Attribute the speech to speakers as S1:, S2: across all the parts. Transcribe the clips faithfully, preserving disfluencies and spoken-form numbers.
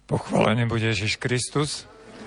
S1: Pochválený bude Ježiš Kristus.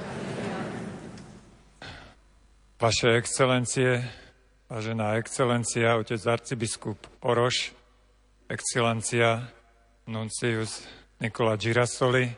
S1: Vaše excelencie, vážená excelencia, otec arcibiskup Oroš, excelencia nuncius Nikola Girasoli,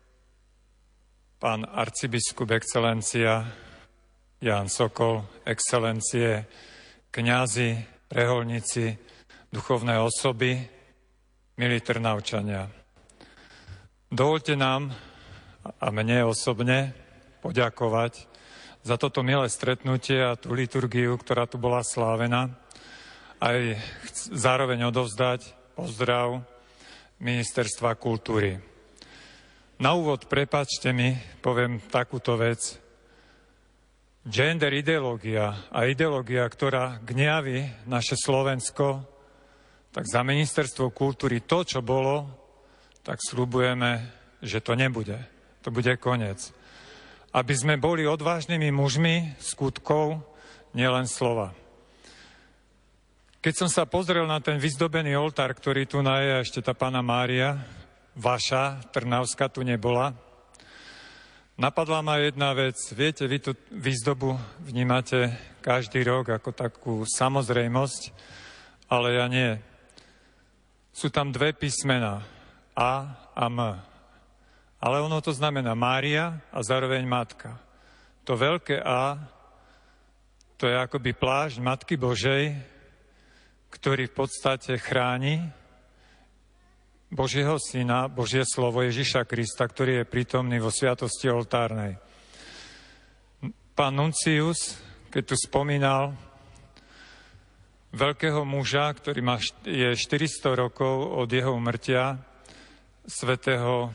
S1: pán arcibiskup excelencia Ján Sokol, excelencie, kňazi, reholníci, duchovné osoby, milí Trnavčania. Dovoľte nám a mne osobne poďakovať za toto milé stretnutie a tú liturgiu, ktorá tu bola slávená. Aj zároveň odovzdať pozdrav Ministerstva kultúry. Na úvod, prepáčte mi, poviem takúto vec. Gender ideológia a ideológia, ktorá gniaví naše Slovensko, tak za Ministerstvo kultúry to, čo bolo, tak sľubujeme, že to nebude. To bude koniec. Aby sme boli odvážnymi mužmi skutkov, nielen slova. Keď som sa pozrel na ten vyzdobený oltár, ktorý tu na je, ešte tá Panna Mária, vaša, Trnavská, tu nebola, napadla ma jedna vec. Viete, vy tú výzdobu vnímate každý rok ako takú samozrejmosť, ale ja nie. Sú tam dve písmená. A a M. Ale ono to znamená Mária a zároveň Matka. To veľké A, to je akoby plášť Matky Božej, ktorý v podstate chráni Božieho Syna, Božie slovo Ježiša Krista, ktorý je prítomný vo sviatosti oltárnej. Pán nuncius, keď tu spomínal veľkého muža, ktorý má, je štyristo rokov od jeho umrtia, svätého,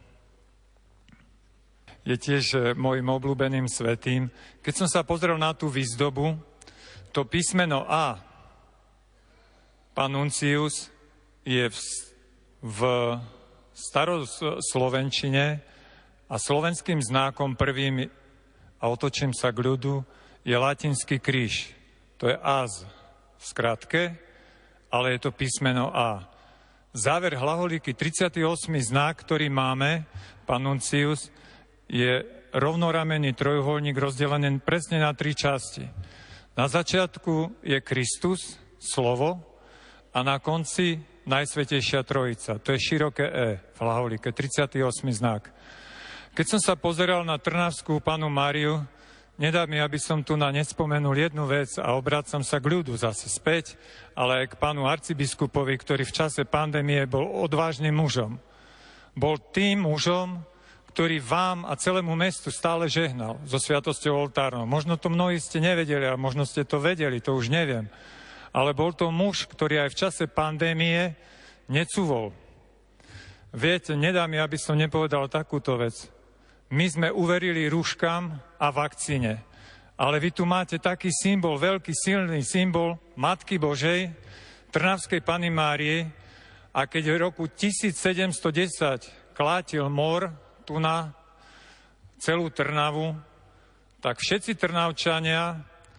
S1: je tiež môjim obľúbeným svätým. Keď som sa pozrel na tú výzdobu, to písmeno A, pán nuncius, je v, v staroslovenčine a slovenským znakom prvým, a otočím sa k ľudu, je latinský kríž. To je Az v skratke, ale je to písmeno A. Záver hlaholíky, tridsiaty ôsmy znak, ktorý máme, pán nuncius, je rovnoramenný trojuholník rozdelený presne na tri časti. Na začiatku je Kristus, slovo, a na konci Najsvätejšia Trojica. To je široké E v hlaholíke, tridsiaty ôsmy znak. Keď som sa pozeral na Trnavskú Pannu Máriu, nedá mi, aby som tu na nespomenul jednu vec a obracam sa k ľudu zase späť, ale aj k pánu arcibiskupovi, ktorý v čase pandémie bol odvážnym mužom. Bol tým mužom, ktorý vám a celému mestu stále žehnal so sviatosťou oltárnou. Možno to mnohí ste nevedeli, a možno ste to vedeli, to už neviem. Ale bol to muž, ktorý aj v čase pandémie necúvol. Viete, nedá mi, aby som nepovedal takúto vec. My sme uverili rúškam a vakcíne. Ale vy tu máte taký symbol, veľký, silný symbol Matky Božej, Trnavskej Panny Márie, a keď v roku tisícsedemstodesať klátil mor tu na celú Trnavu, tak všetci Trnavčania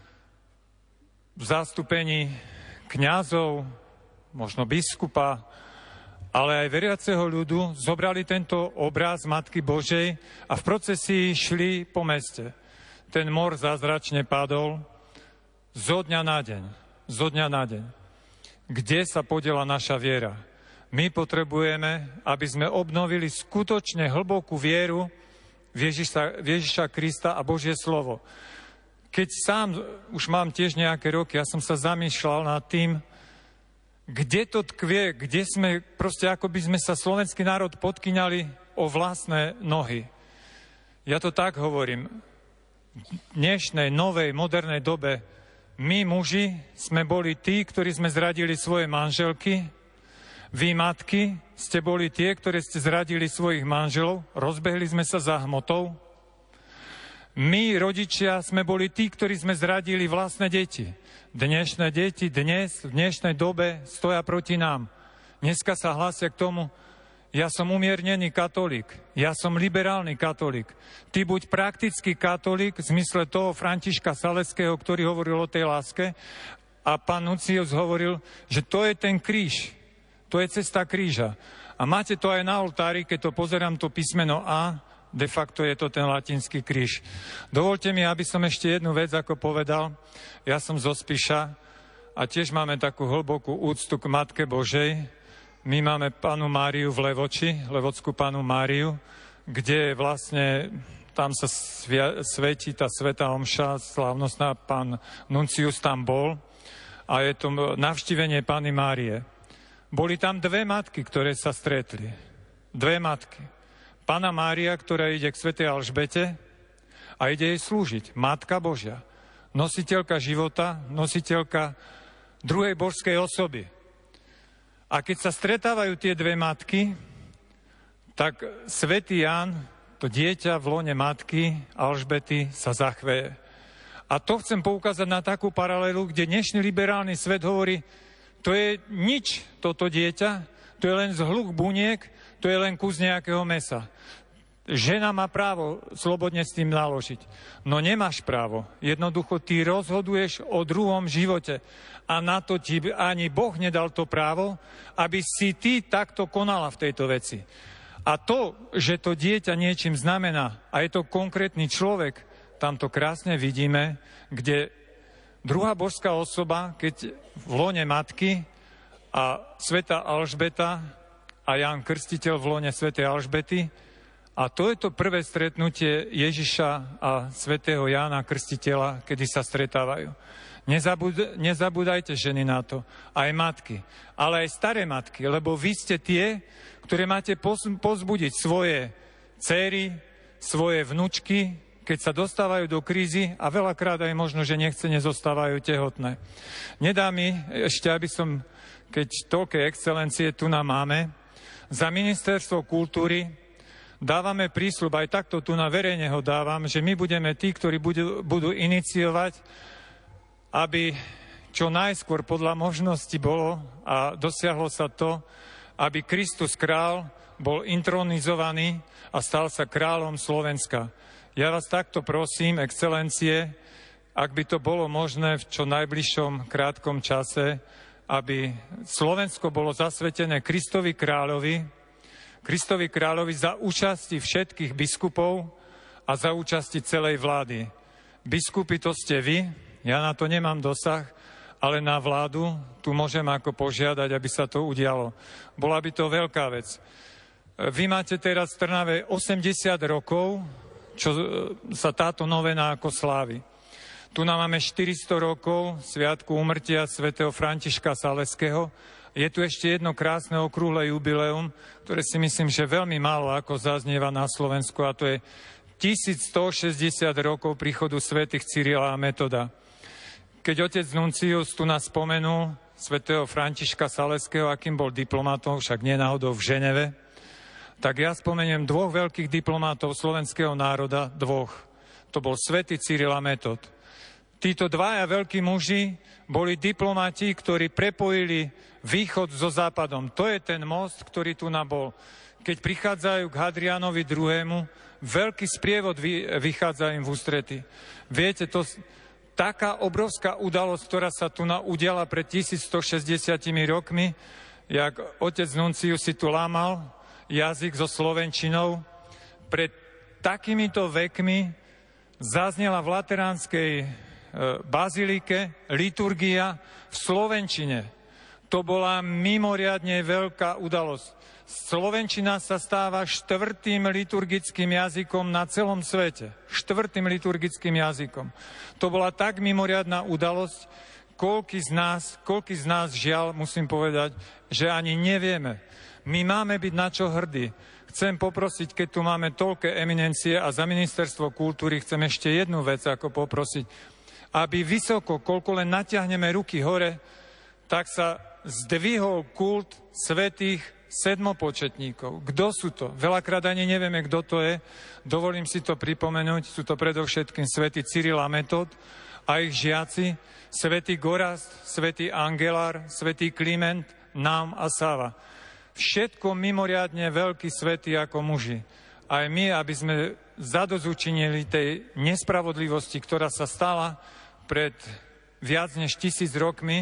S1: v zastúpení kňazov, možno biskupa, ale aj veriaceho ľudu zobrali tento obraz Matky Božej a v procesii šli po meste. Ten mor zázračne padol zo dňa na deň. Zo dňa na deň. Kde sa podiela naša viera? My potrebujeme, aby sme obnovili skutočne hlbokú vieru v Ježiša, v Ježiša Krista a Božie slovo. Keď sám už mám tiež nejaké roky, ja som sa zamýšľal nad tým, kde to tkvie, kde sme, proste ako by sme sa slovenský národ podkyňali o vlastné nohy. Ja to tak hovorím. V dnešnej, novej, modernej dobe my, muži, sme boli tí, ktorí sme zradili svoje manželky. Vy, matky, ste boli tie, ktorí ste zradili svojich manželov. Rozbehli sme sa za hmotou. My, rodičia, sme boli tí, ktorí sme zradili vlastné deti. Dnešné deti dnes, v dnešnej dobe stoja proti nám. Dneska sa hlásia k tomu, ja som umiernený katolík, ja som liberálny katolík. Ty buď praktický katolík v zmysle toho Františka Saleského, ktorý hovoril o tej láske, a pán nuncius hovoril, že to je ten kríž, to je cesta kríža. A A máte to aj na oltári, keď to pozerám, to písmeno A, de facto je to ten latinský kríž. Dovolte mi, aby som ešte jednu vec ako povedal. Ja som zo Spiša a tiež máme takú hlbokú úctu k Matke Božej. My máme Pannu Máriu v Levoči, Levockú Pannu Máriu, kde vlastne tam sa svia, svetí tá svätá omša, slávnostná, pán Nuncius tam bol a je to navštívenie Panny Márie. Boli tam dve matky, ktoré sa stretli. Dve matky. Panna Mária, ktorá ide k svätej Alžbete a ide jej slúžiť. Matka Božia. Nositeľka života, nositeľka druhej božskej osoby. A keď sa stretávajú tie dve matky, tak svätý Ján, to dieťa v lone matky Alžbety, sa zachveje. A to chcem poukázať na takú paralelu, kde dnešný liberálny svet hovorí, to je nič, toto dieťa, to je len zhluk buniek, to je len kus nejakého mesa. Žena má právo slobodne s tým naložiť. No nemáš právo. Jednoducho ty rozhoduješ o druhom živote. A na to ti ani Boh nedal to právo, aby si ty takto konala v tejto veci. A to, že to dieťa niečím znamená, a je to konkrétny človek, tam to krásne vidíme, kde druhá božská osoba, keď v lone matky a svätá Alžbeta a Ján Krstiteľ v lone svätej Alžbety, a to je to prvé stretnutie Ježiša a svätého Jána Krstiteľa, kedy sa stretávajú. Nezabud- nezabúdajte ženy na to, aj matky, ale aj staré matky, lebo vy ste tie, ktoré máte pozbudiť svoje dcéry, svoje vnučky, keď sa dostávajú do krízy a veľakrát aj možno, že nechcene zostávajú tehotné. Nedá mi ešte, aby som, keď toľké excelencie tu nám máme, za ministerstvo kultúry dávame prísľub, aj takto tu na verejne ho dávam, že my budeme tí, ktorí budú, budú iniciovať, aby čo najskôr podľa možnosti bolo a dosiahlo sa to, aby Kristus král bol intronizovaný a stal sa kráľom Slovenska. Ja vás takto prosím, excelencie, ak by to bolo možné v čo najbližšom krátkom čase, aby Slovensko bolo zasvetené Kristovi kráľovi, Kristovi kráľovi za účasti všetkých biskupov a za účasti celej vlády. Biskupy to ste vy, ja na to nemám dosah, ale na vládu tu môžem ako požiadať, aby sa to udialo. Bola by to veľká vec. Vy máte teraz v Trnave osemdesiat rokov, čo sa táto novena ako slávi. Tu nám máme štyristo rokov sviatku úmrtia svätého Františka Saleského. Je tu ešte jedno krásne okrúhle jubileum, ktoré si myslím, že veľmi málo ako zaznieva na Slovensku, a to je tisícstošesťdesiat rokov príchodu svätých Cyrila a Metoda. Keď otec Nuncius tu nás spomenul svätého Františka Saleského, akým bol diplomatom, však nie náhodou v Ženeve, tak ja spomeniem dvoch veľkých diplomátov slovenského národa, dvoch. To bol svätý Cyril a Metod. Títo dvaja veľkí muži boli diplomati, ktorí prepojili východ so západom. To je ten most, ktorý tu nabol. Keď prichádzajú k Hadrianovi druhému, veľký sprievod vychádza im v ústrety. Viete, to taká obrovská udalosť, ktorá sa tu udiala pred tisícstošesťdesiat rokmi, jak otec Nuncius si tu lámal jazyk so slovenčinou. Pred takýmito vekmi zaznela v lateránskej e, bazilike liturgia v slovenčine. To bola mimoriadne veľká udalosť. Slovenčina sa stáva štvrtým liturgickým jazykom na celom svete. Štvrtým liturgickým jazykom. To bola tak mimoriadna udalosť, koľký z nás, koľký z nás žiaľ, musím povedať, že ani nevieme. My máme byť na čo hrdí. Chcem poprosiť, keď tu máme toľké eminencie a za ministerstvo kultúry chcem ešte jednu vec ako poprosiť, aby vysoko, koľko len natiahneme ruky hore, tak sa zdvihol kult svätých sedmopočetníkov. Kto sú to? Veľakrát ani nevieme, kto to je. Dovolím si to pripomenúť. Sú to predovšetkým svätý Cyril a Metod a ich žiaci, svätý Gorazd, svätý Angelár, svätý Kliment, Nám a Sáva. Všetko mimoriadne veľkí svätí ako muži. Aj my, aby sme zadozučinili tej nespravodlivosti, ktorá sa stala pred viac než tisíc rokmi,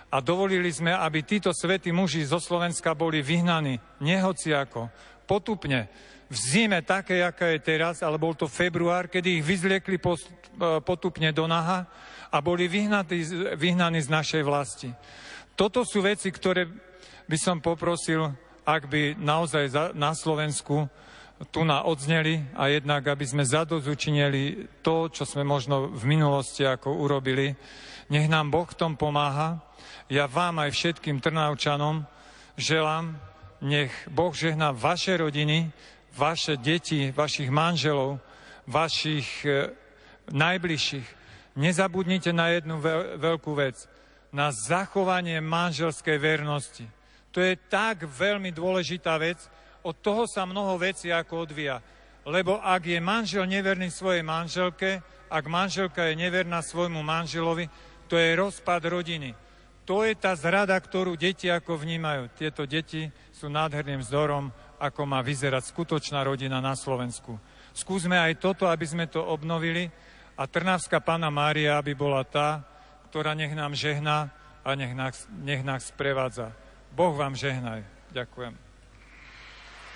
S1: a dovolili sme, aby títo svätí muži zo Slovenska boli vyhnaní nehociako, potupne, v zime také, aká je teraz, ale bol to február, kedy ich vyzliekli potupne do naha a boli vyhnaní, vyhnaní z našej vlasti. Toto sú veci, ktoré by som poprosil, ak by naozaj na Slovensku tu na odzneli a jednak, aby sme zadozučinili to, čo sme možno v minulosti ako urobili. Nech nám Boh v tom pomáha. Ja vám aj všetkým Trnavčanom želám, nech Boh žehná vaše rodiny, vaše deti, vašich manželov, vašich e, najbližších. Nezabudnite na jednu veľ, veľkú vec, na zachovanie manželskej vernosti. To je tak veľmi dôležitá vec, od toho sa mnoho vecí ako odvíja. Lebo ak je manžel neverný svojej manželke, ak manželka je neverná svojmu manželovi, to je rozpad rodiny. To je tá zrada, ktorú deti ako vnímajú. Tieto deti sú nádherným vzorom, ako má vyzerať skutočná rodina na Slovensku. Skúsme aj toto, aby sme to obnovili a Trnavská Panna Mária, aby bola tá, ktorá nech nám žehná a nech nás, nech nás sprevádza. Boh vám žehnaj. Ďakujem.